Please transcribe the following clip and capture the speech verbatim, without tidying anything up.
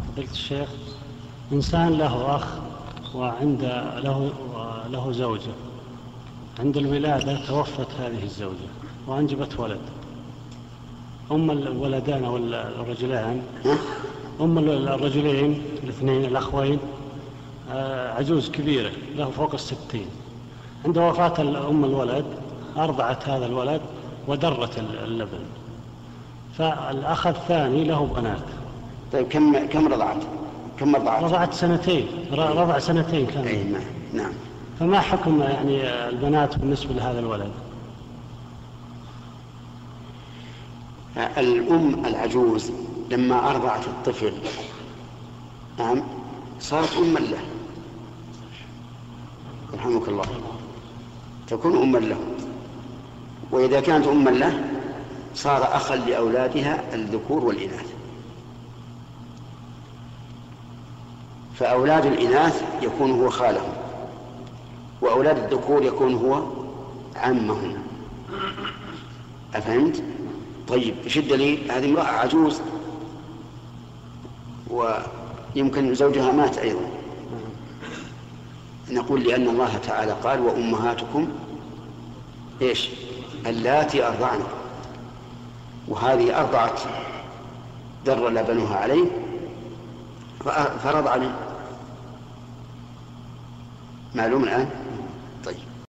قلت الشيخ إنسان له أخ وعند له, له زوجة، عند الولادة توفت هذه الزوجة وأنجبت ولد، أم الولدان والرجلان أم الرجلين الاثنين الأخوين عجوز كبيرة له فوق الستين، عند وفاة أم الولد أرضعت هذا الولد ودرت اللبن، فالأخ الثاني له بنات. طيب كم كم رضعت؟ كم رضعت؟ رضعت سنتين، رضع سنتين كان. أي نعم. نعم. فما حكم يعني البنات بالنسبة لهذا الولد؟ الأم العجوز لما أرضعت الطفل نعم صارت أما له، رحمك الله، تكون أما له، وإذا كانت أما له صار أخا لأولادها الذكور والإناث، فأولاد الإناث يكون هو خالهم، وأولاد الذكور يكون هو عمهم. أفهمت؟ طيب إيش الدليل؟ هذه امرأة عجوز ويمكن زوجها مات أيضا. نقول لأن الله تعالى قال وأمهاتكم إيش؟ اللاتي أرضعن، وهذه أرضعت در لبنها عليه فرضع له. معلوم الآن؟